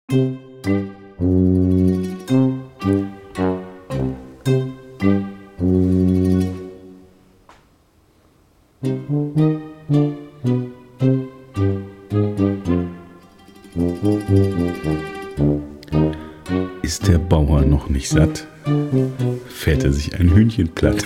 Ist der Bauer noch nicht satt, fährt er sich ein Hühnchen platt.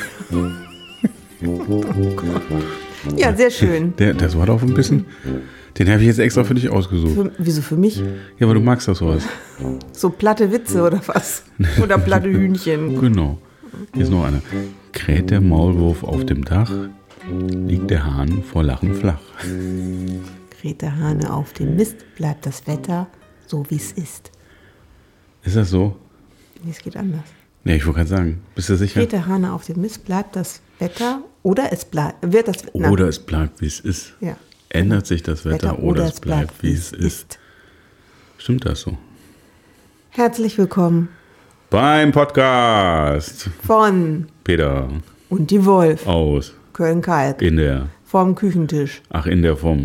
Ja, sehr schön. Das war doch ein bisschen... Den habe ich jetzt extra für dich ausgesucht. Wieso für mich? Ja, aber du magst doch sowas. So platte Witze oder was? Oder platte Hühnchen? Genau. Hier ist noch einer. Kräht der Maulwurf auf dem Dach, liegt der Hahn vor Lachen flach. Kräht der Hahne auf dem Mist, bleibt das Wetter so, wie es ist. Ist das so? Nee, es geht anders. Nee, ich wollte gerade sagen. Bist du sicher? Kräht der Hahne auf dem Mist, bleibt das Wetter oder es bleibt... Oder es bleibt, wie es ist. Ja. Ändert sich das Wetter oder es bleibt, wie es ist. Stimmt das so? Herzlich willkommen Beim Podcast von Peter und die Wolf aus Köln-Kalk in der... vom Küchentisch. Ach, in der vom...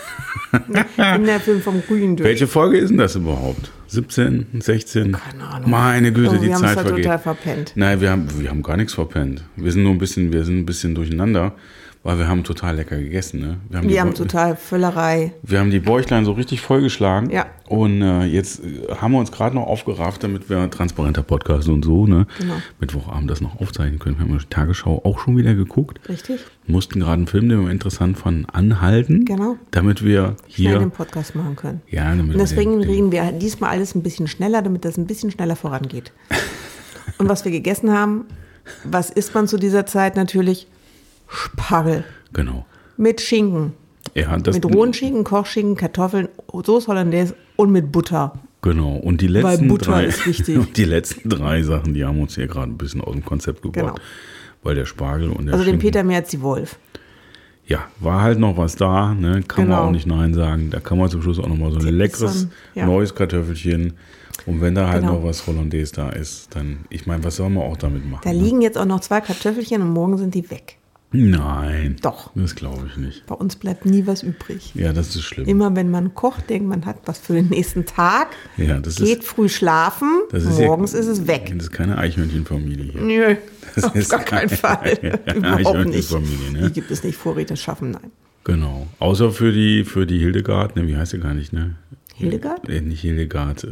In der Film vom Küchentisch. Welche Folge ist denn das überhaupt? 17, 16? Keine Ahnung. Meine Güte, die wir Zeit haben es vergeht. total verpennt. Nein, wir haben gar nichts verpennt. Wir sind ein bisschen durcheinander, weil wir haben total lecker gegessen. Ne? Wir haben total Völlerei. Wir haben die Bäuchlein so richtig vollgeschlagen. Ja. Und jetzt haben wir uns gerade noch aufgerafft, damit wir transparenter Podcast und so, ne? Genau. Mittwochabend das noch aufzeichnen können. Wir haben die Tagesschau auch schon wieder geguckt. Richtig. Mussten gerade einen Film, den wir interessant fanden, anhalten. Genau. Damit wir Schnell hier... den Podcast machen können. Ja, damit Und deswegen wir reden wir diesmal alles ein bisschen schneller, damit das ein bisschen schneller vorangeht. Und was wir gegessen haben, was isst man zu dieser Zeit natürlich? Spargel. Genau. Mit Schinken. Ja, Mit rohen Schinken, Kochschinken, Kartoffeln, Soße Hollandaise und mit Butter. Genau. Und die Weil letzten Butter ist wichtig. Und die letzten 3 Sachen, die haben uns hier gerade ein bisschen aus dem Konzept gebracht. Genau. Weil der Spargel und der Also den Schinken, Peter mehr als die Wolf. ja, war halt noch was da, ne? Kann man Genau. auch nicht Nein sagen. Da kann man zum Schluss auch noch mal so ein leckeres, ja. neues Kartoffelchen. Und wenn da halt Genau. noch was Hollandaise da ist, dann, ich meine, was soll man auch damit machen? Da ne? liegen jetzt auch noch 2 Kartoffelchen und morgen sind die weg. Nein. Doch. Das glaube ich nicht. Bei uns bleibt nie was übrig. Ja, das ist schlimm. Immer wenn man kocht, denkt man hat was für den nächsten Tag, Ja, das geht ist, früh schlafen, das ist morgens ja, ist es weg. Das ist keine Eichhörnchenfamilie hier. Nö, Das auf ist gar keinen Fall. Überhaupt nicht. Eichhörnchenfamilie, ne? Hier gibt es nicht Vorräte schaffen, nein. Genau. Außer für die Hildegard, ne, wie heißt sie gar nicht, ne? Hildegard? Nicht Hildegard,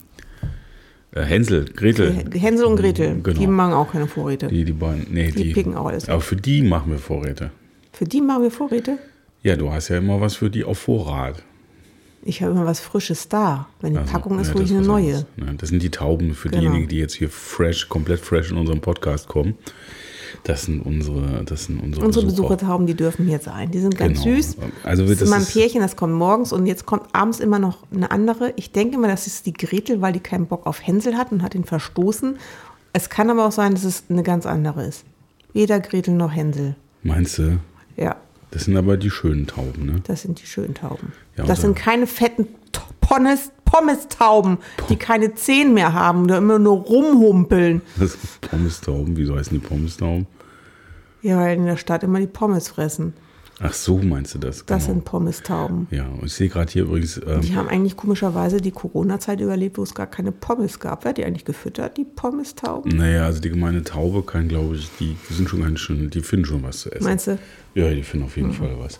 Hänsel, Gretel. Hänsel und Gretel, Genau. die machen auch keine Vorräte. Die beiden, nee, Die picken auch alles. Aber für die machen wir Vorräte. Für die machen wir Vorräte? Ja, du hast ja immer was für die auf Vorrat. Ich habe immer was Frisches da. Wenn die Also, Packung ist, ja, hole das ich eine was neue. anderes, ne? Das sind die Tauben für Genau. diejenigen, die jetzt hier komplett fresh in unserem Podcast kommen. Das sind unsere Unsere Besuchertauben, die dürfen hier sein. Die sind ganz Genau. süß. Also das ist das immer ein ist- Pärchen, das kommt morgens und jetzt kommt abends immer noch eine andere. Ich denke immer, das ist die Gretel, weil die keinen Bock auf Hänsel hat und hat ihn verstoßen. Es kann aber auch sein, dass es eine ganz andere ist. Weder Gretel noch Hänsel. Meinst du? Ja, Das sind aber die schönen Tauben, ne? das sind die schönen Tauben. Ja, das und sind keine fetten Pommes-Tauben, die keine Zehen mehr haben oder immer nur rumhumpeln. Das sind Pommes-Tauben. Wieso heißen die Pommes-Tauben? Ja, weil in der Stadt immer die Pommes fressen. Ach so, meinst du das? Das Genau. sind Pommes-Tauben. Ja, und ich sehe gerade hier übrigens, Die haben eigentlich komischerweise die Corona-Zeit überlebt, wo es gar keine Pommes gab. Wer hat die eigentlich gefüttert, die Pommes-Tauben? naja, also die gemeine Taube kann, glaube ich, die sind schon ganz schön, die finden schon was zu essen. Meinst du? Ja, die finden auf jeden Fall was.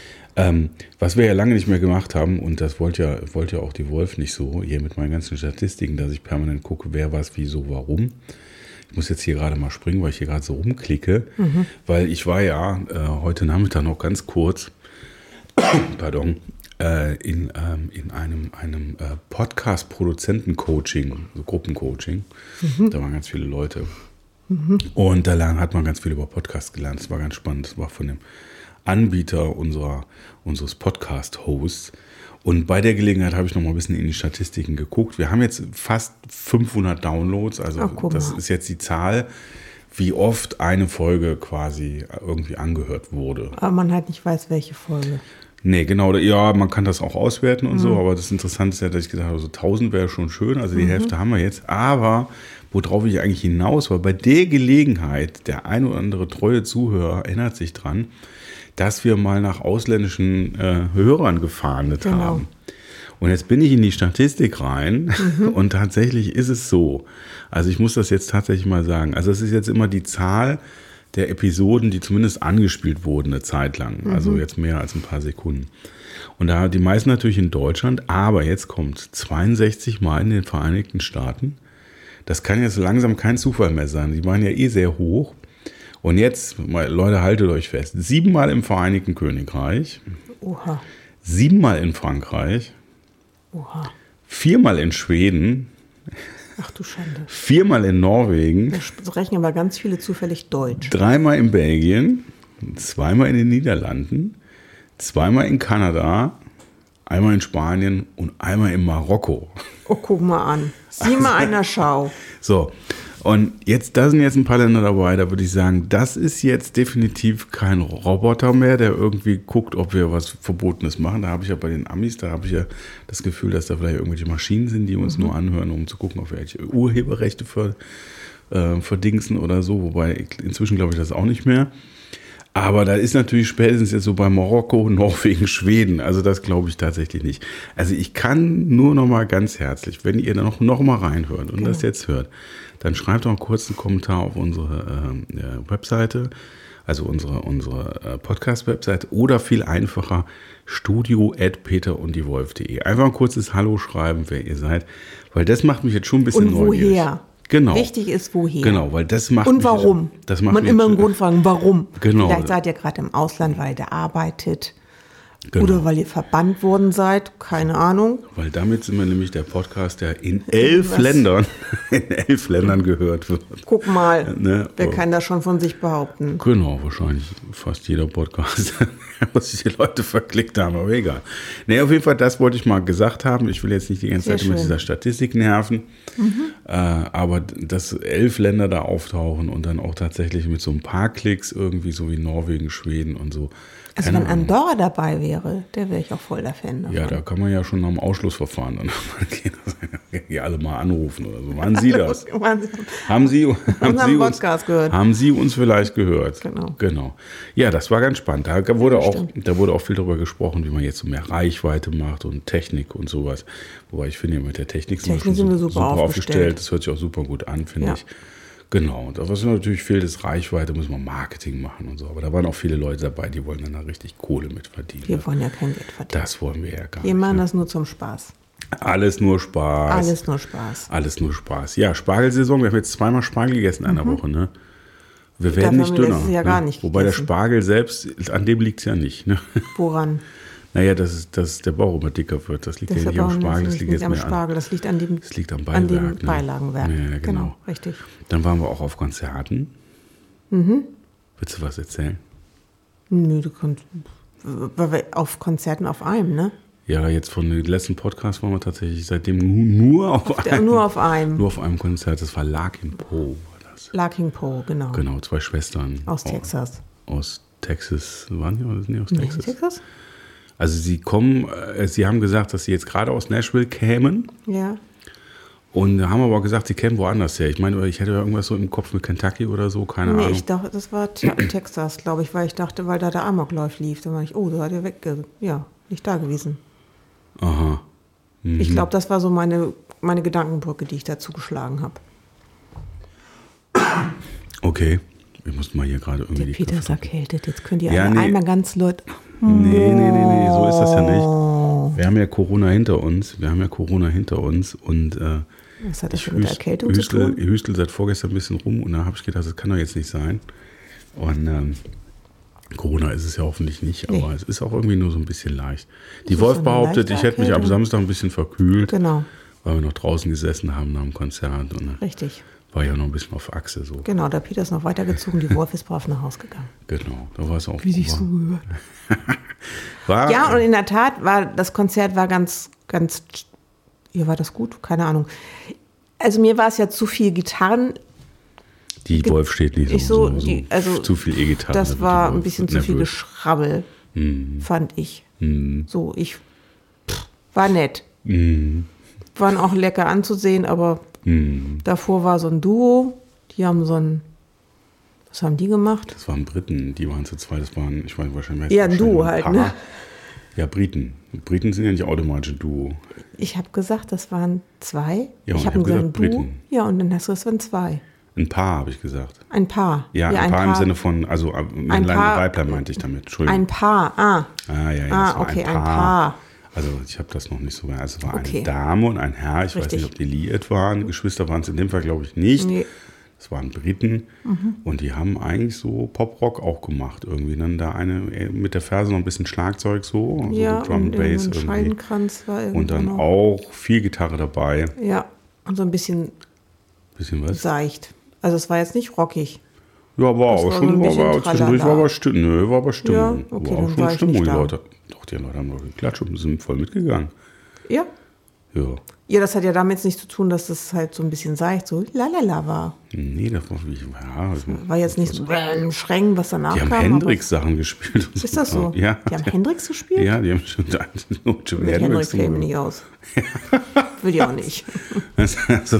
Was wir ja lange nicht mehr gemacht haben, und das wollte ja auch die Wolf nicht so, hier mit meinen ganzen Statistiken, dass ich permanent gucke, wer was, wieso, warum. Ich muss jetzt hier gerade mal springen, weil ich hier gerade so rumklicke, weil ich war ja heute Nachmittag noch ganz kurz, pardon, in einem Podcast-Produzenten-Coaching, so Gruppencoaching. Da waren ganz viele Leute. Und da hat man ganz viel über Podcasts gelernt. Das war ganz spannend. Das war von dem Anbieter unseres Podcast-Hosts. Und bei der Gelegenheit habe ich noch mal ein bisschen in die Statistiken geguckt. Wir haben jetzt fast 500 Downloads. Also Ach, guck das mal. ist jetzt die Zahl, wie oft eine Folge quasi irgendwie angehört wurde. Aber man halt nicht weiß, welche Folge. Nee, genau. Ja, man kann das auch auswerten und so. Aber das Interessante ist ja, dass ich gedacht habe, so 1000 wäre schon schön. Also die Hälfte haben wir jetzt. Aber worauf ich eigentlich hinaus war, bei der Gelegenheit, der ein oder andere treue Zuhörer erinnert sich dran, dass wir mal nach ausländischen Hörern gefahndet Genau. haben. Und jetzt bin ich in die Statistik rein und tatsächlich ist es so. Also ich muss das jetzt tatsächlich mal sagen. Also es ist jetzt immer die Zahl der Episoden, die zumindest angespielt wurden eine Zeit lang. Also jetzt mehr als ein paar Sekunden. Und da die meisten natürlich in Deutschland, aber jetzt kommt 62 Mal in den Vereinigten Staaten. Das kann jetzt langsam kein Zufall mehr sein. Die waren ja eh sehr hoch. Und jetzt, Leute, haltet euch fest, 7 Mal im Vereinigten Königreich, Oha. 7 Mal in Frankreich, Oha. 4 Mal in Schweden, Ach du Schande. 4 Mal in Norwegen, Da rechnen aber ganz viele zufällig Deutsch. 3 Mal in Belgien, 2 Mal in den Niederlanden, 2 Mal in Kanada, einmal in Spanien und einmal in Marokko. Oh, guck mal an. Sieh mal einer Schau. So, und da sind jetzt ein paar Länder dabei, da würde ich sagen, das ist jetzt definitiv kein Roboter mehr, der irgendwie guckt, ob wir was Verbotenes machen. Da habe ich ja bei den Amis, da habe ich ja das Gefühl, dass da vielleicht irgendwelche Maschinen sind, die uns nur anhören, um zu gucken, ob wir welche Urheberrechte verdingsen oder so. Wobei inzwischen glaube ich das auch nicht mehr. Aber da ist natürlich spätestens jetzt so bei Marokko, Norwegen, Schweden. Also das glaube ich tatsächlich nicht. Also ich kann nur noch mal ganz herzlich, wenn ihr da noch mal reinhört und das jetzt hört, dann schreibt doch einen kurzen Kommentar auf unsere Webseite, also unsere Podcast-Webseite oder viel einfacher studio@peterunddiewolf.de. Einfach ein kurzes Hallo schreiben, wer ihr seid, weil das macht mich jetzt schon ein bisschen neugierig. Und woher? Genau. Wichtig ist, woher. Genau, weil das macht Und mich warum? Das macht Man mich immer einen Grund fragen, warum? Genau. Vielleicht seid ihr gerade im Ausland, weil ihr arbeitet. Genau. Oder weil ihr verbannt worden seid. Keine Ahnung. Weil damit sind wir nämlich der Podcast, der in 11 Ländern gehört wird. Guck mal, Ne? wer kann das schon von sich behaupten? Genau, wahrscheinlich fast jeder Podcast, muss sich die Leute verklickt haben, aber egal. Nee, auf jeden Fall, das wollte ich mal gesagt haben. Ich will jetzt nicht die ganze Sehr Zeit mit schön. dieser Statistik nerven, aber dass 11 Länder da auftauchen und dann auch tatsächlich mit so ein paar Klicks irgendwie, so wie Norwegen, Schweden und so. Also Keine wenn Ahnung. Andorra dabei wäre, der wäre ich auch voll der Fan davon. Ja, da kann man ja schon am Ausschlussverfahren dann hier alle mal anrufen oder so. Waren Sie das? Haben Sie uns Podcast gehört. Haben Sie uns vielleicht gehört? Genau. Ja, das war ganz spannend. Da wurde auch viel darüber gesprochen, wie man jetzt so mehr Reichweite macht und Technik und sowas. Wobei ich finde, mit der Technik sind wir schon super aufgestellt. Das hört sich auch super gut an, finde ich. Genau. Und was natürlich fehlt, ist Reichweite, muss man Marketing machen und so. Aber da waren auch viele Leute dabei, die wollen dann da richtig Kohle mit verdienen. Wir wollen ja kein Geld verdienen. Das wollen wir ja gar nicht. Wir machen das nur zum Spaß. Alles nur Spaß. Alles nur Spaß. Alles nur Spaß. Ja, Spargelsaison. Wir haben jetzt 2-mal Spargel gegessen in einer Woche, ne? Wir werden nicht dünner. Das ist ja gar nicht Wobei gegessen. Der Spargel selbst, an dem liegt es ja nicht. Ne? Woran? Naja, dass der Bauch immer dicker wird. Das liegt ja nicht am Spargel. Das liegt nicht am Spargel. Das liegt an dem, das liegt am Beiwerk. An dem Beilagenwerk. Ja, genau. Richtig. Dann waren wir auch auf Konzerten. Willst du was erzählen? Nö, du kannst. Weil wir auf Konzerten auf einem, ne? Ja, jetzt von dem letzten Podcast waren wir tatsächlich seitdem nur auf einem. Nur auf einem. Nur auf einem Konzert. Das war Larkin Poe. Larkin Poe, genau. Genau, 2 Schwestern. Aus Texas. Aus Texas. Waren die oder sind die aus Texas? Texas? Also sie haben gesagt, dass sie jetzt gerade aus Nashville kämen. Ja. Und haben aber gesagt, sie kämen woanders her. Ich meine, ich hätte ja irgendwas so im Kopf mit Kentucky oder so, keine Ahnung. Nee, ich dachte, das war Texas, glaube ich, weil ich dachte, weil da der Amoklauf lief. Da war ich, da hat er nicht da gewesen. Aha. Ich glaube, das war so meine Gedankenbrücke, die ich dazu geschlagen habe. Okay. Ich muss mal hier gerade irgendwie Der Peter ist erkältet. Jetzt könnt ihr Ja, alle nee. einmal ganz laut. Nee, so ist das ja nicht. Wir haben ja Corona hinter uns. Und Was hat das ich denn mit der Erkältung zu tun? hüstel seit vorgestern ein bisschen rum und da habe ich gedacht, das kann doch jetzt nicht sein. Und Corona ist es ja hoffentlich nicht, aber es ist auch irgendwie nur so ein bisschen leicht. Die Wolf behauptet, ich hätte mich am Samstag ein bisschen verkühlt, Genau, weil wir noch draußen gesessen haben nach dem Konzert und richtig. war ja noch ein bisschen auf Achse so. Genau, der Peter ist noch weitergezogen, die Wolf ist brav nach Hause gegangen. Genau, da war es auch. Wie sich so gehört. War, Ja, und in der Tat das Konzert war ganz, ja, war das gut? Keine Ahnung. Also mir war es ja zu viel Gitarren. Die Wolf steht nicht so zu viel E-Gitarre. Das war ein bisschen zu viel Geschrabbel, Mhm. fand ich. Mhm. So, war nett. Mhm. Waren auch lecker anzusehen, aber Mhm. davor war so ein Duo. Die haben was haben die gemacht? Das waren Briten, die waren zu zweit, ich weiß wahrscheinlich. Ja, ein Duo halt, ne? Ja, Briten. Briten sind ja nicht automatisch ein Duo. Ich habe gesagt, das waren 2. Ja, ich und habe ich hab gesagt, gesagt, du. Briten. Ja, und dann hast du gesagt, es waren 2. Ein Paar, habe ich gesagt. Ein Paar. Ja, ein Paar im Sinne von, also Männlein und Paar. Weiblein meinte ich damit. Entschuldigung. Ein Paar, ja, es war okay, ein Paar. Also ich habe das noch nicht so. Also es war Okay. eine Dame und ein Herr. Ich weiß Richtig. nicht, ob die liiert waren. Geschwister waren es in dem Fall, glaube ich, nicht. Nee. Das waren Briten. Und die haben eigentlich so Pop-Rock auch gemacht. Irgendwie dann da eine mit der Ferse noch ein bisschen Schlagzeug so. Also Ja, Drum and und Bass ein irgendwie. Scheidenkranz war irgendwo Und dann noch. auch viel Gitarre dabei. Ja, und so ein bisschen Bisschen was? seicht. Also es war jetzt nicht rockig. Ja, war Das aber war schon, so ein bisschen zwischendurch tralala. war aber Stimmung. Nö, war aber Stimmung. Ja, okay, war dann auch war schon ich Stimmung. nicht Die da. Leute, doch, die Leute haben doch geklatscht und sind voll mitgegangen. Ja. Ja. Ja, das hat ja damit jetzt nichts zu tun, dass das halt so ein bisschen seicht, so lalala war. Nee, das war wie, ja. War jetzt nicht so Schrängen, was danach Die haben kam. Hendrix-Sachen gespielt. Und Ist das so? Ja. Die haben Hendrix gespielt? Ja, die haben schon Mit Hendrix käme ich nicht aus. Würde ich auch nicht. Also,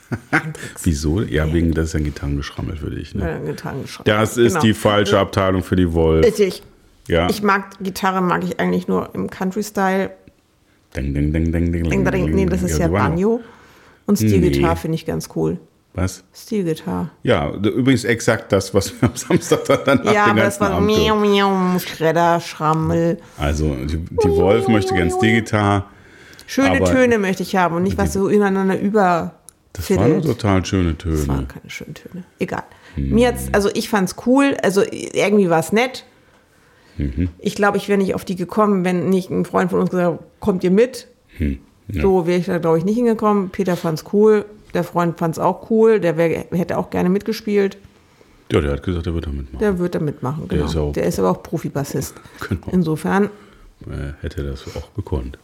wieso? Ja, wegen, das ist ein Gitarrengeschrammel für dich. Ne? Das ist Genau. die falsche Abteilung für die Wolf. Richtig. Ja. Ich Gitarre mag ich eigentlich nur im Country-Style. Ding, ding, ding, ding, ding, ding, ding. Nee, das ist ja die waren- Banjo. Und Stilgitarre Nee. finde ich ganz cool. Was? Stilgitarre. Ja, übrigens exakt das, was wir am Samstag dann nach Ja, den aber das ganzen war Abend miau, miau, Schredder, Schrammel. Also, die Wolf möchte gern Stilgitarre. Schöne Aber- Töne möchte ich haben und nicht was so ineinander über. Das waren total schöne Töne. Das waren keine schönen Töne. Egal. Mir jetzt, also ich fand's cool, also irgendwie war es nett. Ich glaube, ich wäre nicht auf die gekommen, wenn nicht ein Freund von uns gesagt hat, kommt ihr mit? Ja. So wäre ich da, glaube ich, nicht hingekommen. Peter fand's cool, der Freund fand's auch cool, der hätte auch gerne mitgespielt. Ja, der hat gesagt, er wird da mitmachen. Der wird da mitmachen, Der genau. ist Der auch- ist aber auch Profibassist. Genau. Insofern Hätte das auch gekonnt.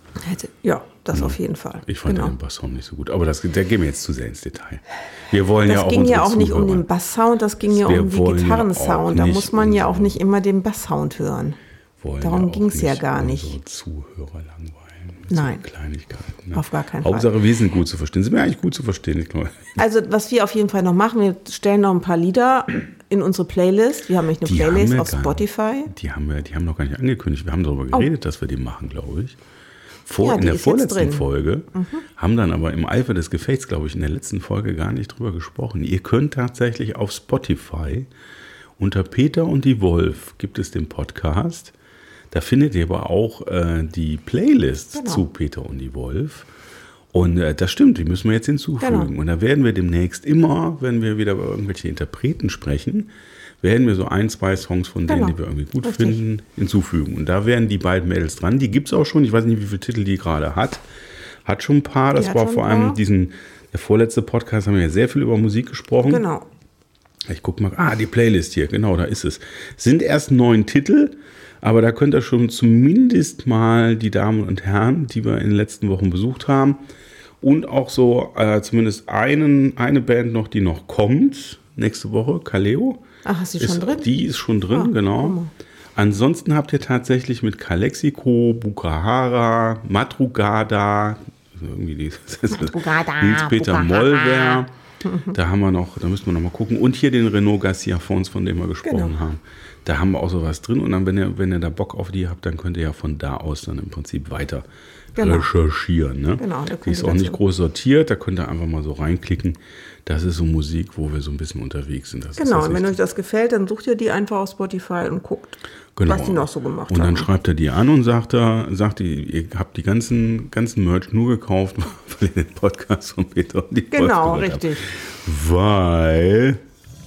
das auf jeden Fall. Ich fand Genau. den Basssound nicht so gut. Aber da gehen wir jetzt zu sehr ins Detail. Wir wollen Das ja auch ging ja unsere auch nicht um Zuhörer- den Basssound, das ging ja Wir um die wollen ja Gitarrensound. auch Da nicht muss man ja auch unsere- nicht immer den Basssound hören. wollen Darum auch ging's ja gar nicht. unsere Zuhörer langweilen. Mit Nein. So Kleinigkeiten. Ne? Auf gar keinen Fall. Hauptsache, wir sind gut zu verstehen. Sind wir eigentlich gut zu verstehen? Ich glaube. Also, was wir auf jeden Fall noch machen, wir stellen noch ein paar Lieder in unsere Playlist. Wir haben nämlich eine Die haben Playlist wir auf gar Spotify. Die haben noch gar nicht angekündigt. Wir haben darüber geredet, dass wir die machen, glaube ich. Ja, In die der ist jetzt vorletzten drin. Folge, haben dann aber im Eifer des Gefechts, glaube ich, in der letzten Folge gar nicht drüber gesprochen. Ihr könnt tatsächlich auf Spotify unter Peter und die Wolf gibt es den Podcast. Da findet ihr aber auch die Playlist Genau. zu Peter und die Wolf. Und das stimmt, die müssen wir jetzt hinzufügen. Genau. Und da werden wir demnächst immer, wenn wir wieder über irgendwelche Interpreten sprechen, werden wir so 1, 2 Songs von denen, Genau. die wir irgendwie gut Richtig. finden, hinzufügen. Und da wären die beiden Mädels dran. Die gibt es auch schon. Ich weiß nicht, wie viele Titel die gerade hat. Hat schon ein paar. Das hat war schon vor ein allem paar. der vorletzte Podcast, haben wir ja sehr viel über Musik gesprochen. Genau. Ich gucke mal. Die Playlist hier. Genau, da ist es. Sind erst 9 Titel. Aber da könnt ihr schon zumindest mal die Damen und Herren, die wir in den letzten Wochen besucht haben, und auch so zumindest eine Band noch, die noch kommt, nächste Woche, Kaleo. Ach, ist die schon drin? Die ist schon drin, genau. guck mal. Ansonsten habt ihr tatsächlich mit Calexico, Bukahara, Madrugada, also irgendwie Madrugada, Nils-Peter Bukahara. Mollwer. Da haben wir noch, da müssen wir noch mal gucken. Und hier den Renault Garcia Fons, von dem wir gesprochen Genau. haben. Da haben wir auch sowas drin. Und dann, wenn ihr da Bock auf die habt, dann könnt ihr ja von da aus dann im Prinzip weiter Genau. recherchieren. Ne? Genau, da könnt Die ist ihr auch nicht dazu- groß sortiert. Da könnt ihr einfach mal so reinklicken. Das ist so Musik, wo wir so ein bisschen unterwegs sind. Das ist Genau, das und wenn euch Wichtigste. das gefällt, dann sucht ihr die einfach auf Spotify und guckt, Genau. was die noch so gemacht Und dann haben. schreibt er die an und sagt, ihr habt die ganzen Merch nur gekauft, weil ihr den Podcast von Peter und die Wolf Genau, gehört habt. richtig. Weil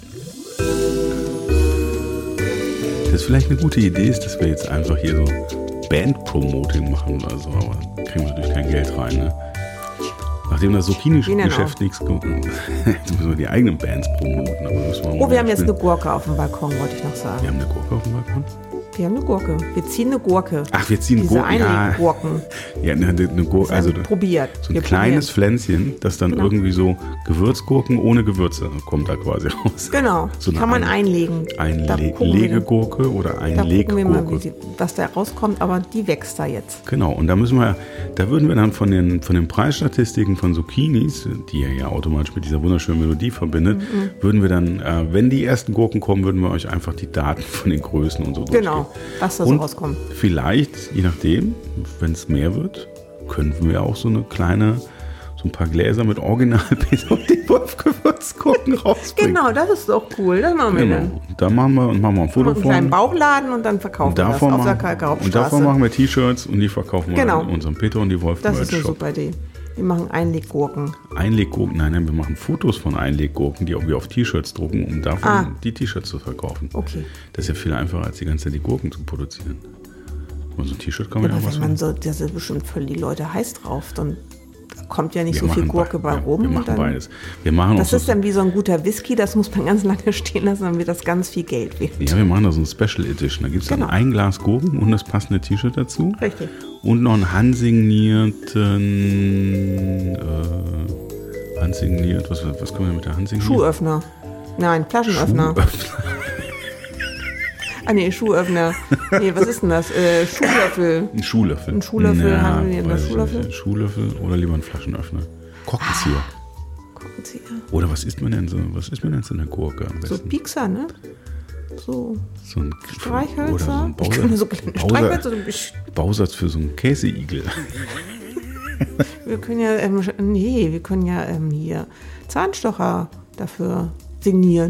das vielleicht eine gute Idee ist, dass wir jetzt einfach hier so Band-Promoting machen oder so, aber kriegen wir natürlich kein Geld rein, ne? Nachdem das Zucchini-Geschäft nichts kommt, jetzt müssen wir die eigenen Bands promoten. Aber müssen wir Oh, wir haben jetzt eine spielen. Gurke auf dem Balkon, wollte ich noch sagen. Wir haben eine Gurke auf dem Balkon? Wir haben eine Gurke. Wir ziehen eine Gurke. Ach, wir ziehen Diese Gurken. Einleggurken. Ja, eine Gurke, also Probiert. so ein Wir kleines probieren. Pflänzchen, das dann Genau. irgendwie so Gewürzgurken ohne Gewürze kommt da quasi raus. Genau, So die eine kann man einlegen. Da gucken wir- Legegurke oder Da gucken wir mal, Einleggurke. was da rauskommt, aber die wächst da jetzt. Genau, und da würden wir dann von den Preisstatistiken von Zucchinis, die ihr ja automatisch mit dieser wunderschönen Melodie verbindet, würden wir dann, wenn die ersten Gurken kommen, würden wir euch einfach die Daten von den Größen und so Genau. durchgeben. Genau, was da so Und rauskommt. vielleicht, je nachdem, wenn es mehr wird, könnten wir auch so ein paar Gläser mit Original Peter und die Wolf-Gewürzgurken rausbringen. Genau, das ist doch cool. Das machen wir dann. Genau. Da machen wir ein Foto Einen kleinen Bauchladen und dann verkaufen wir das auf der Kalker Hauptstraße. Und davon machen wir T-Shirts und die verkaufen wir in unserem Peter und die Wolf Das ist eine Shop. super Idee. Wir machen Einleggurken. Einleggurken, nein, wir machen Fotos von Einleggurken, die auch wir auf T-Shirts drucken, um davon die T-Shirts zu verkaufen. Okay. Das ist ja viel einfacher, als die ganze Zeit die Gurken zu produzieren. Und so ein T-Shirt kann man ja auch was wenn man so, da sind bestimmt voll die Leute heiß drauf, dann kommt ja nicht so viel Gurke bei rum. Wir machen dann, beides. Das ist dann wie so ein guter Whisky, das muss man ganz lange stehen lassen, dann wird das ganz viel Geld wert. Ja, wir machen da so ein Special Edition. Da gibt es dann ein Glas Gurken und das passende T-Shirt dazu. Richtig. Und noch einen handsignierten, was können wir mit der Hand signieren? Schuhöffner. Nein, Flaschenöffner. Schuhöffner. Nee, was ist denn das? Schuhlöffel. Ein Schuhlöffel. Ein Schuhlöffel, ja, haben wir einen Schuhlöffel? Ein Schuhlöffel oder lieber ein Flaschenöffner. Korkenzieher. Korkenzieher. Oder was isst man denn so? Was isst man denn so eine Gurke am besten? So Piekser, ne? So ein Streichhölzer. Oder so ein ich kann mir so kleine Streichhölzer. Bausatz für so einen Käseigel. Wir können ja, hier Zahnstocher dafür signieren.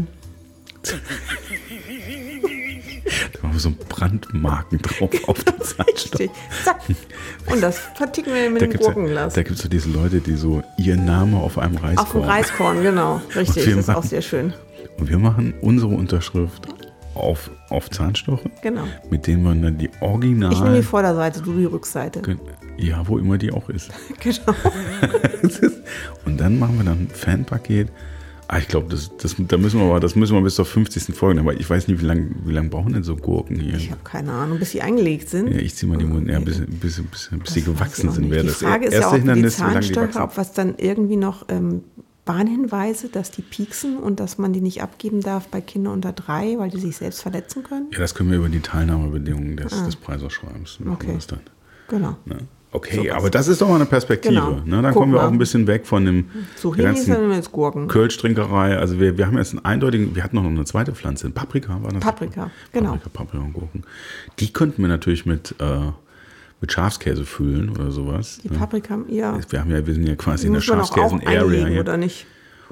Da machen wir so einen Brandmarken drauf auf den Zahnstocher. Zack. Und das verticken wir mit dem Gurkenglas. Da gibt es so diese Leute, die so ihren Namen auf einem Reiskorn. Auf dem Reiskorn, genau. Richtig, das ist auch sehr schön. Und wir machen unsere Unterschrift auf Zahnstocher. Genau. Mit denen man dann die Original... Ich nehme die Vorderseite, du die Rückseite. Ja, wo immer die auch ist. Genau. Und dann machen wir dann ein Fanpaket. Ich glaube, das müssen wir bis zur 50. Folge, aber ich weiß nicht, wie lang brauchen denn so Gurken hier? Ich habe keine Ahnung, bis sie eingelegt sind. Ja, ich ziehe mal die Mund, bis sie gewachsen sind. Die Frage ist ja auch, die Zahnstocher, ob was dann irgendwie noch Warnhinweise, dass die pieksen und dass man die nicht abgeben darf bei Kindern unter 3, weil die sich selbst verletzen können? Ja, das können wir über die Teilnahmebedingungen des Preisausschreibens machen. Okay. Das dann. Genau. Ne? Okay, aber das ist doch mal eine Perspektive. Genau. Ne? Dann kommen wir auch ein bisschen weg von dem ganzen Kölsch-Trinkerei. Also wir haben jetzt einen eindeutigen, wir hatten noch eine zweite Pflanze, Paprika war das? Paprika, genau. Paprika und Gurken. Die könnten wir natürlich mit Schafskäse füllen oder sowas. Die Paprika, ja. Wir sind ja quasi in der Schafskäsen-Area hier. Oder nicht?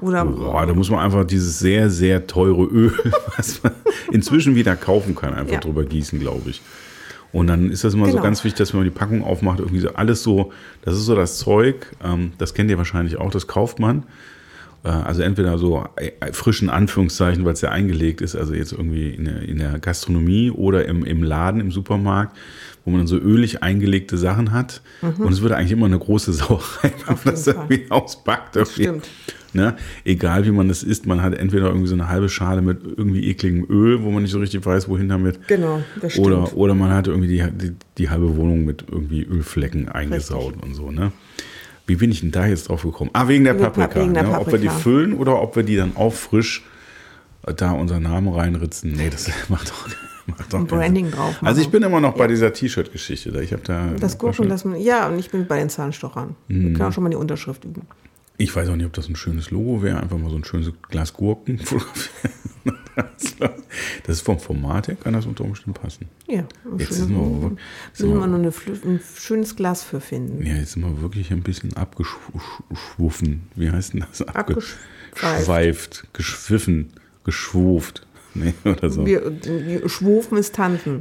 Da muss man einfach dieses sehr, sehr teure Öl, was man inzwischen wieder kaufen kann, einfach drüber gießen, glaube ich. Und dann ist das immer so ganz wichtig, dass wenn man die Packung aufmacht, irgendwie so alles so, das ist so das Zeug, das kennt ihr wahrscheinlich auch, das kauft man. Also entweder so frischen Anführungszeichen, weil es ja eingelegt ist, also jetzt irgendwie in der Gastronomie oder im Laden, im Supermarkt, wo man dann so ölig eingelegte Sachen hat. Und es wird eigentlich immer eine große Sauerei, wenn man das irgendwie auspackt. Das stimmt. Ne? Egal wie man das isst, man hat entweder irgendwie so eine halbe Schale mit irgendwie ekligem Öl, wo man nicht so richtig weiß, wohin damit. Genau, das stimmt. Oder man hat irgendwie die halbe Wohnung mit irgendwie Ölflecken eingesaut und so. Ne? Wie bin ich denn da jetzt drauf gekommen? Wegen der Paprika. Ne? Ob wir die füllen oder ob wir die dann auch frisch da unseren Namen reinritzen. Nee, das macht doch ein Branding drauf machen. Also ich bin immer noch bei dieser T-Shirt-Geschichte. Ich habe da das Gurken, und ich bin bei den Zahnstochern. Wir können auch schon mal die Unterschrift üben. Ich weiß auch nicht, ob das ein schönes Logo wäre. Einfach mal so ein schönes Glas Gurken fotografieren. Das ist vom Format her, kann das unter Umständen passen. Ja, müssen wir noch ein schönes Glas für finden. Ja, jetzt sind wir wirklich ein bisschen abgeschwuffen. Wie heißt denn das? Abgeschweift. Geschwiffen, geschwuft. Nee, oder so. Schwufen ist Tanten.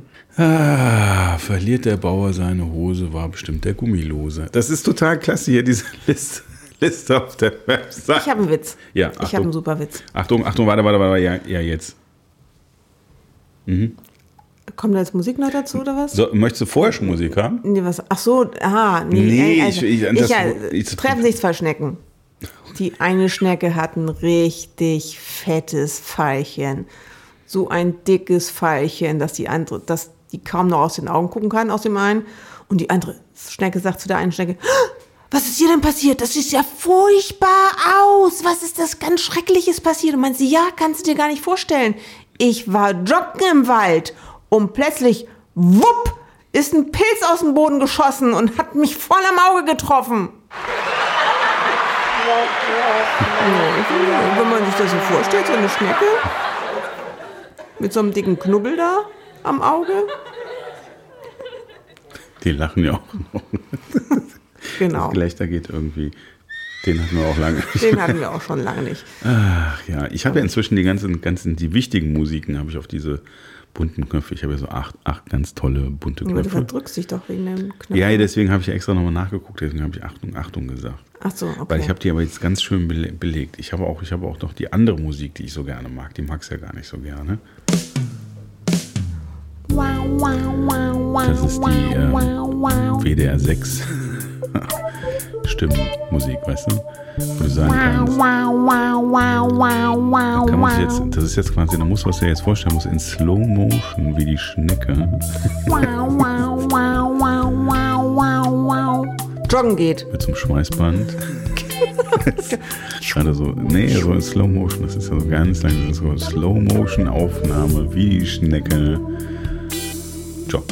Verliert der Bauer seine Hose, war bestimmt der Gummilose. Das ist total klasse hier, diese Liste auf der Website. Ich habe einen Witz. Ja, ich habe einen super Witz. Achtung, warte. Ja, jetzt. Kommt da jetzt Musik noch dazu, oder was? So, möchtest du vorher schon Musik haben? Nee, was? Ach so, nee. Treffen sich zwei Schnecken. Die eine Schnecke hat ein richtig fettes Veilchen. So ein dickes Veilchen, dass die kaum noch aus den Augen gucken kann, aus dem einen. Und die andere Schnecke sagt zu der einen Schnecke: Was ist hier denn passiert? Das sieht ja furchtbar aus. Was ist das ganz Schreckliches passiert? Und meint sie: Ja, kannst du dir gar nicht vorstellen. Ich war joggen im Wald und plötzlich, wupp, ist ein Pilz aus dem Boden geschossen und hat mich voll am Auge getroffen. Wenn man sich das so vorstellt, so eine Schnecke mit so einem dicken Knubbel da am Auge. Die lachen ja auch noch. Genau. Das Gelächter geht irgendwie. Den hatten wir auch lange nicht. Den hatten wir auch schon lange nicht. Ach ja, ich habe ja inzwischen die wichtigen Musiken habe ich auf diese bunten Knöpfe. Ich habe ja so acht ganz tolle bunte Aber du Knöpfe. verdrückst dich doch wegen dem Knopf. Ja, deswegen habe ich extra nochmal nachgeguckt. Deswegen habe ich Achtung gesagt. Ach so, okay. Weil ich habe die aber jetzt ganz schön belegt. Ich habe auch noch die andere Musik, die ich so gerne mag. Die magst du ja gar nicht so gerne. Das ist die WDR 6 Stimmenmusik, weißt du? Wo du sagen kannst. Kann man sich jetzt, das ist jetzt quasi, da muss man sich ja jetzt vorstellen, muss in Slow Motion wie die Schnecke. Joggen geht. Mit so einem Schweißband. Gerade so, so in Slow Motion, das ist ja so ganz lang, das ist so Slow Motion Aufnahme, wie die Schnecke joggt.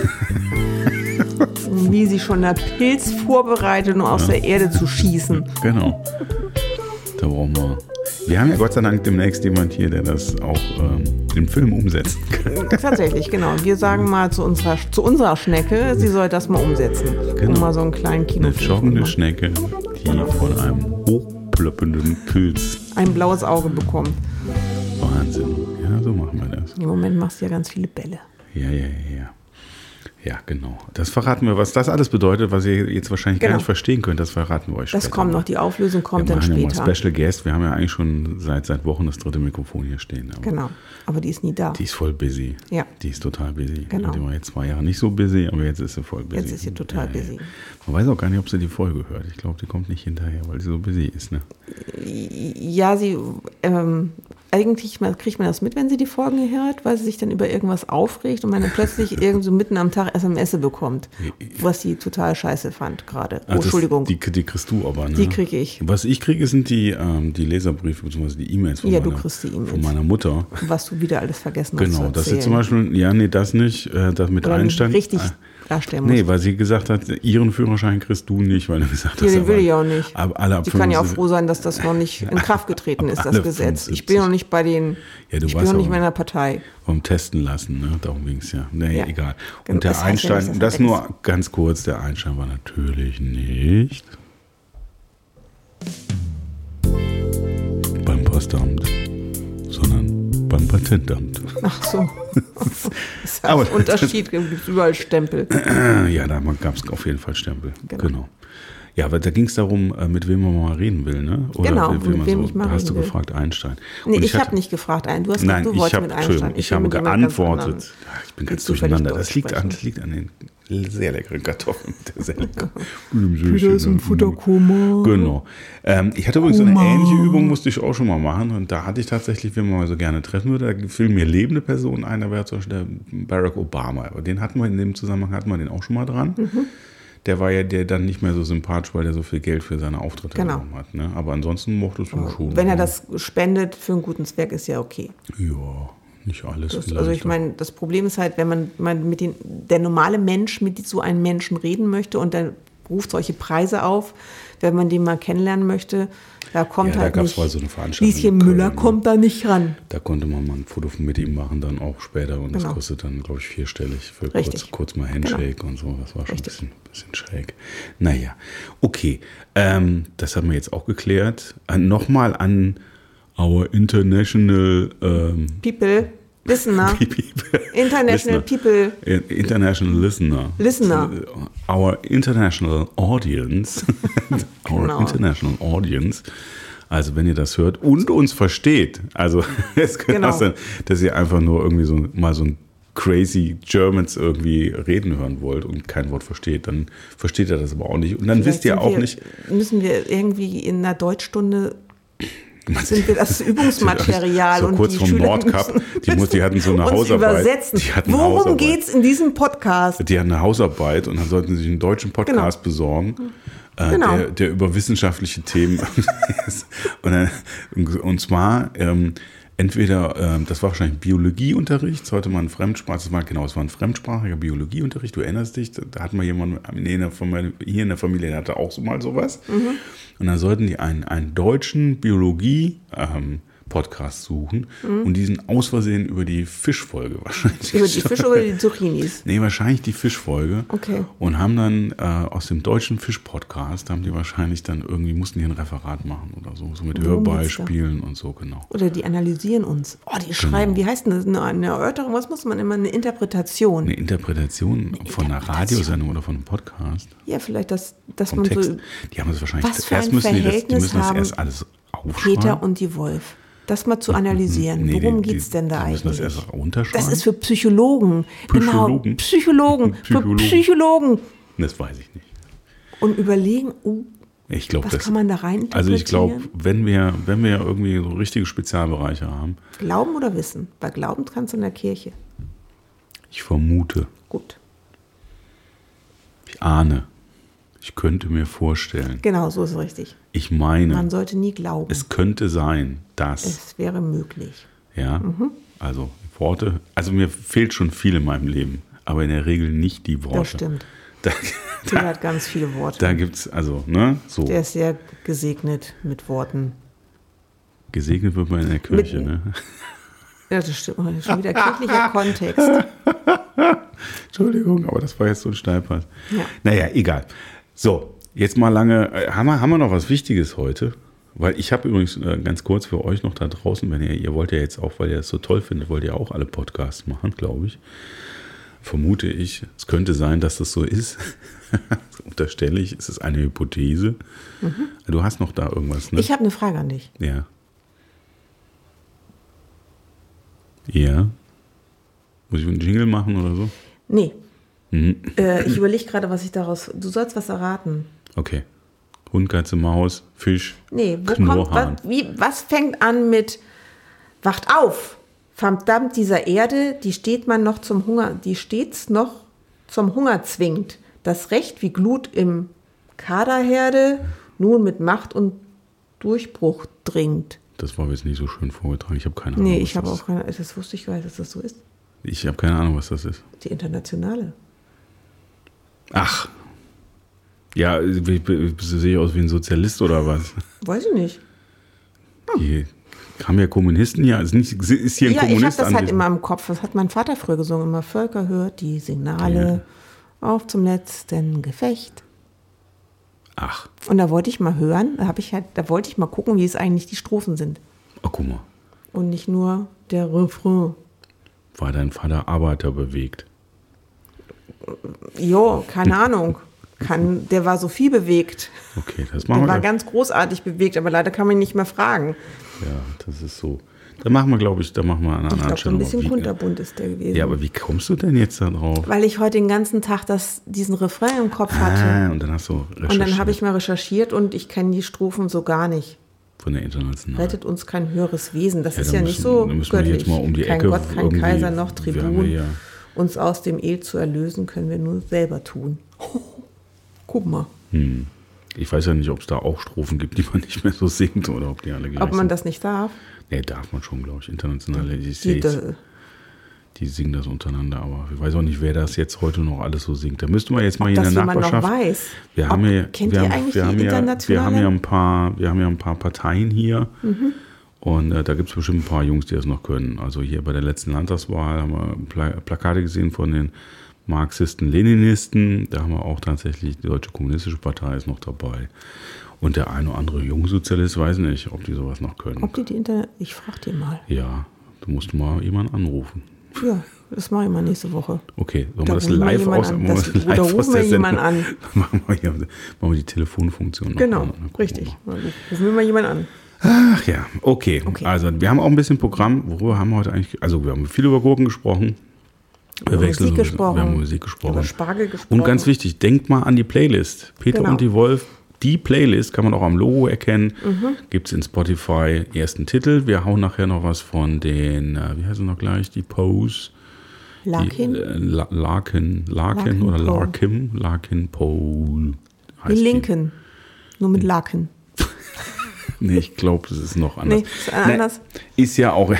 Wie sie schon der Pilz vorbereitet, um aus der Erde zu schießen. Genau. Da brauchen wir. Wir haben ja Gott sei Dank demnächst jemand hier, der das auch im Film umsetzen kann. Tatsächlich, genau. Wir sagen mal zu unserer Schnecke, sie soll das mal umsetzen. Genau. Um mal so einen kleinen Kinofilm Eine joggende Schnecke, die von einem hochplöppenden Pilz ein blaues Auge bekommt. Wahnsinn. Ja, so machen wir das. Im Moment machst du ja ganz viele Bälle. Ja. Ja, genau. Das verraten wir, was das alles bedeutet, was ihr jetzt wahrscheinlich gar nicht verstehen könnt, das verraten wir euch später. Das kommt noch, die Auflösung kommt dann später. Wir haben Special Guest, wir haben ja eigentlich schon seit Wochen das dritte Mikrofon hier stehen. Genau, aber die ist nie da. Die ist voll busy. Ja. Die ist total busy. Genau. Die war jetzt 2 Jahre nicht so busy, aber jetzt ist sie voll busy. Jetzt ist sie total busy. Man weiß auch gar nicht, ob sie die Folge hört. Ich glaube, die kommt nicht hinterher, weil sie so busy ist. Ne? Ja, sie eigentlich kriegt man das mit, wenn sie die Folgen hört, weil sie sich dann über irgendwas aufregt und man dann plötzlich irgend so mitten am Tag SMS bekommt, was sie total scheiße fand gerade. Entschuldigung. Die kriegst du aber, ne? Die kriege ich. Was ich kriege, sind die Leserbriefe bzw. die E-Mails von meiner Mutter. Was du wieder alles vergessen hast Genau, zu dass sie zum Beispiel, das nicht, das mit Einstein. Richtig darstellen muss. Nee, weil sie gesagt hat, ihren Führerschein kriegst du nicht, weil er gesagt hat, den will ich auch nicht. Sie kann ja auch froh sein, dass das noch nicht in Kraft getreten ist, das Gesetz. Ich bin noch nicht bei den, ich bin noch nicht mehr in der Partei. Vom Testen lassen, ne? Darum ging es ja. Nee, ja. Egal. Genau. Und der Einstein, das nur ganz kurz, der Einstein war natürlich nicht beim Postamt, sondern beim Patentamt. Ach so. Das ist ein Unterschied, gibt es überall Stempel. Ja, da gab es auf jeden Fall Stempel. Genau. Ja, aber da ging es darum, mit wem man mal reden will, ne? Oder genau, mit wem ich mal reden will. Hast du gefragt, Einstein? Nee, ich habe nicht gefragt, du hast gesagt, du wolltest mit Einstein. Ich habe geantwortet. Ich bin ganz durcheinander. Das liegt an den sehr leckeren Kartoffeln. Sehr lecker. Peter ist im Futterkoma. Genau. Ich hatte übrigens eine ähnliche Übung, musste ich auch schon mal machen. Und da hatte ich tatsächlich, wenn man mal so gerne treffen würde, da fielen mir lebende Personen ein. Da wäre zum Beispiel der Barack Obama. Aber den hatten wir in dem Zusammenhang, den auch schon mal dran. Mhm. Der war ja dann nicht mehr so sympathisch, weil der so viel Geld für seine Auftritte bekommen hat. Ne? Aber ansonsten mochtest du schon. Wenn er das spendet für einen guten Zweck, ist ja okay. Ja, nicht alles. Also ich meine, das Problem ist halt, wenn man mit der normale Mensch mit so einem Menschen reden möchte und dann ruft solche Preise auf, wenn man den mal kennenlernen möchte, da kommt halt da nicht. Mal so eine Veranstaltung. Lieschen Müller kommt da nicht ran. Da konnte man mal ein Foto mit ihm machen, dann auch später. Und das kostet dann, glaube ich, 4-stellig für kurz mal Handshake und so. Das war schon ein bisschen schräg. Naja, okay. Das haben wir jetzt auch geklärt. Nochmal an our international People. Listener. International People. International Listener. Our international audience. Our international audience. Also wenn ihr das hört und uns versteht, also es könnte auch sein, dass ihr einfach nur irgendwie so ein crazy Germans irgendwie reden hören wollt und kein Wort versteht, dann versteht ihr das aber auch nicht. Und dann wisst ihr auch nicht. Müssen wir irgendwie in einer Deutschstunde sind wir das Übungsmaterial so und kurz die vom Schüler Nordcup, die hatten so eine Hausarbeit. Übersetzen. Worum geht's in diesem Podcast? Die hatten eine Hausarbeit und dann sollten sie sich einen deutschen Podcast besorgen, der über wissenschaftliche Themen ist. Und zwar entweder, das war wahrscheinlich Biologieunterricht, sollte man es war ein fremdsprachiger Biologieunterricht, du erinnerst dich, da hatten wir jemanden hier in der Familie, der hatte auch so mal sowas. Mhm. Und dann sollten die einen deutschen Biologie Podcast suchen und die sind aus Versehen über die Fischfolge wahrscheinlich. Über die Fische oder die Zucchinis? Nee, wahrscheinlich die Fischfolge. Okay. Und haben dann aus dem deutschen Fisch-Podcast, haben die wahrscheinlich dann irgendwie, mussten die ein Referat machen oder so mit Hörbeispielen und so, genau. Oder die analysieren uns. Oh, die schreiben, wie heißt denn das? Eine Erörterung, was muss man immer? Eine Interpretation. Eine Interpretation von einer Radiosendung oder von einem Podcast. Ja, vielleicht, dass man Text. so... Die haben das wahrscheinlich, Was für erst ein müssen die Verhältnis müssen das haben erst alles aufschreiben. Peter und die Wolf. Das mal zu analysieren. Nee, Worum geht es denn da die müssen eigentlich? das erst runterschreiben. Das ist für Psychologen. Psychologen? Genau, Psychologen. Für Psychologen. Das weiß ich nicht. Und überlegen, Ich glaube, was kann man da rein interpretieren? Also ich glaube, wenn wir irgendwie so richtige Spezialbereiche haben. Glauben oder Wissen? Bei Glauben kannst du in der Kirche. Ich vermute. Gut. Ich ahne. Ich könnte mir vorstellen. Genau, so ist es richtig. Ich meine, Man sollte nie glauben. es könnte sein, dass. Es wäre möglich. Ja, also Worte. Also mir fehlt schon viel in meinem Leben, aber in der Regel nicht die Worte. Das stimmt. Da Der hat ganz viele Worte. Da gibt es, also, ne, so. Der ist sehr gesegnet mit Worten. Gesegnet wird man in der Kirche, Mit- ne? Ja, das stimmt. Das ist schon wieder kirchlicher Kontext. Entschuldigung, aber das war jetzt so ein Steilpass. Ja. Naja, egal. So, jetzt mal lange. Haben wir noch was Wichtiges heute? Weil ich habe übrigens ganz kurz für euch noch da draußen, wenn ihr wollt ja jetzt auch, weil ihr das so toll findet, wollt ihr auch alle Podcasts machen, glaube ich. Vermute ich. Es könnte sein, dass das so ist. Unterstelle ich. Es ist eine Hypothese. Du hast noch da irgendwas, ne? Ich habe eine Frage an dich. Ja. Ja. Muss ich einen Jingle machen oder so? Nee. Ich überlege gerade, was ich daraus... Du sollst was erraten. Okay. Hund, Katze, Maus, Fisch, Nee, Knurrhahn. was fängt an mit Wacht auf! Verdammt, dieser Erde, die stets noch zum Hunger zwingt. Das Recht wie Glut im Kaderherde nun mit Macht und Durchbruch dringt. Das war jetzt nicht so schön vorgetragen. Ich habe keine Ahnung. Nee, was ich habe das auch keine, das wusste ich gar nicht, dass das so ist. ist. Ich habe keine Ahnung, was das ist. Die Internationale. Ach. Ja, sehe ich aus wie ein Sozialist oder was? Weiß ich nicht. Hier haben ja Kommunisten hier. Ist hier ein Ja, ich habe Kommunist das halt anwesend? immer im Kopf. Das hat mein Vater früher gesungen. Immer Völker hört die Signale auf zum letzten Gefecht. Ach. Und da wollte ich mal hören, da wollte ich mal gucken, wie es eigentlich die Strophen sind. Oh, guck mal. Und nicht nur der Refrain. War dein Vater Arbeiter bewegt? Jo, keine Ahnung. Der war so viel bewegt. Okay, das machen Der wir. war ganz großartig bewegt, aber leider kann man ihn nicht mehr fragen. Ja, das ist so. Da machen wir, glaube ich, an einer Ich anderen glaube, so Stelle ein bisschen mal. kunterbunt ist der gewesen. Ja, aber wie kommst du denn jetzt da drauf? Weil ich heute den ganzen Tag diesen Refrain im Kopf hatte. Und dann hast du recherchiert. Und dann habe ich mal recherchiert und ich kenne die Strophen so gar nicht. Von der internationalen. Rettet uns kein höheres Wesen. Das Ja, ist da ja müssen- nicht so da müssen wir göttlich. jetzt mal um die kein Ecke Gott, kein irgendwie- Kaiser noch wir haben Tribun. ja- Uns aus dem Elend zu erlösen, können wir nur selber tun. Guck mal, Ich weiß ja nicht, ob es da auch Strophen gibt, die man nicht mehr so singt oder ob die alle gleich ob man sind. das nicht darf. Nee, darf man schon, glaube ich. Internationale Die, die singen das untereinander, aber ich weiß auch nicht, wer das jetzt heute noch alles so singt. Da müsste man jetzt mal ob hier das in der jemand noch Nachbarschaft. weiß. Wir haben ja, Kennt wir ihr haben, eigentlich wir die haben ja, internationalen? wir haben ja ein paar Parteien hier und da gibt es bestimmt ein paar Jungs, die das noch können. Also hier bei der letzten Landtagswahl haben wir Plakate gesehen von den Marxisten, Leninisten. Da haben wir auch tatsächlich die Deutsche Kommunistische Partei ist noch dabei. Und der eine oder andere Jungsozialist weiß nicht, ob die sowas noch können. Ob die Ich frage die mal. Ja, du musst mal jemanden anrufen. Ja, das mache ich mal nächste Woche. Okay, sollen Da wir das rufen wir live jemanden aus, an. wollen wir das Da live rufen aus wir der jemanden Sendung? an. Machen wir die Telefonfunktion noch Genau, an. Dann gucken richtig. wir mal. Rufen wir mal jemanden an. Ach ja, okay. Okay. Also wir haben auch ein bisschen Programm. Worüber haben wir heute eigentlich? Also wir haben viel über Gurken gesprochen. Über wechseln Musik so ein bisschen. gesprochen. Wir haben Musik gesprochen. Über Spargel gesprochen. Und ganz wichtig, denkt mal an die Playlist. Peter Genau. und die Wolf. Die Playlist kann man auch am Logo erkennen. Gibt es in Spotify ersten Titel. Wir hauen nachher noch was von den, wie heißen noch gleich, die Pose. Larkin? Larkin oder Poe. Larkin Poe. Wie Lincoln. Nur mit Larkin. Nee, ich glaube, das ist noch anders. Nee, ist anders. Ist ja auch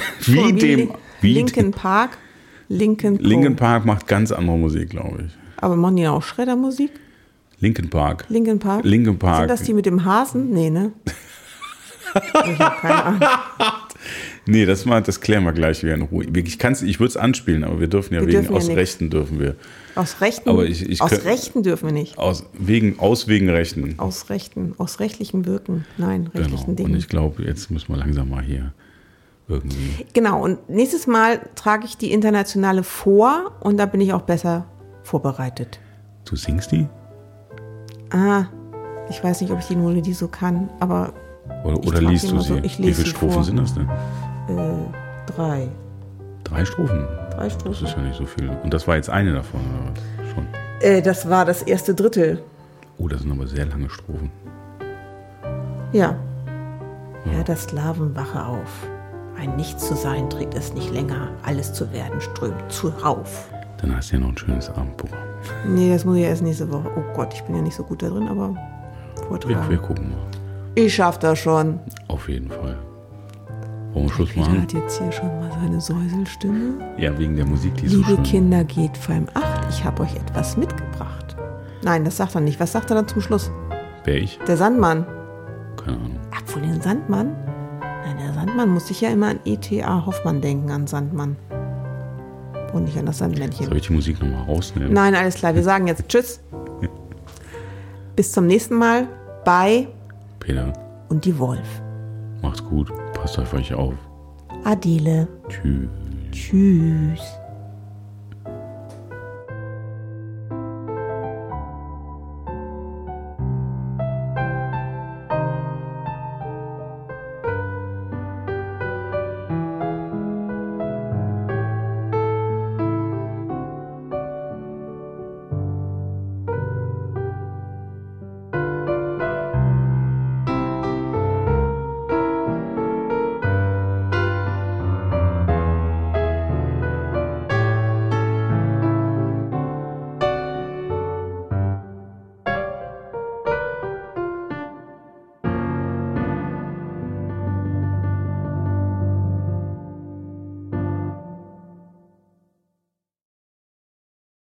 Linkin Park. Linkin Park macht ganz andere Musik, glaube ich. Aber machen die auch Schreddermusik? Linkin Park. Linkin Park? Linkin Park. Sind das die mit dem Hasen? Nee, ne? Ich habe keine Ahnung. Nee, das klären wir gleich wieder in Ruhe. Ich würde es anspielen, aber wir dürfen ja aus Rechten dürfen wir. Aus Rechten? Aber Rechten dürfen wir nicht. Wegen Rechten. Aus rechtlichem Wirken. Nein, rechtlichen Dingen. Und ich glaube, jetzt müssen wir langsam mal hier irgendwie. Genau, und nächstes Mal trage ich die internationale vor und da bin ich auch besser vorbereitet. Du singst die? Ich weiß nicht, ob ich die Melodie so kann, aber. Oder liest du sie? Wie viele Strophen sind das denn? 3. 3 Strophen? 3 Strophen. Das ist ja nicht so viel. Und das war jetzt eine davon, oder was? Schon. Das war das erste Drittel. Oh, das sind aber sehr lange Strophen. Ja. Ja, das Sklaven, wache auf. Ein Nichts zu sein trägt es nicht länger. Alles zu werden strömt zuhauf. Dann hast du ja noch ein schönes Abendprogramm. Nee, das muss ich erst nächste Woche. Oh Gott, ich bin ja nicht so gut da drin, aber vortragen. Wir gucken mal. Ich schaff das schon. Auf jeden Fall. Wollen wir Schluss machen? Hat jetzt hier schon mal seine Säuselstimme. Ja, wegen der Musik, die ist Liebe so schön. Kinder, geht Psalm 8. Ich habe euch etwas mitgebracht. Nein, das sagt er nicht. Was sagt er dann zum Schluss? Wer ich? Der Sandmann. Keine Ahnung. Obwohl, den Sandmann? Nein, der Sandmann muss sich ja immer an E.T.A. Hoffmann denken, an Sandmann. Und nicht an das Sandmännchen. Soll ich die Musik nochmal rausnehmen? Nein, alles klar. Wir sagen jetzt Tschüss. Bis zum nächsten Mal bei Peter und die Wolf. Macht's gut. Passt auf euch auf. Adele. Tschüss. Tschüss.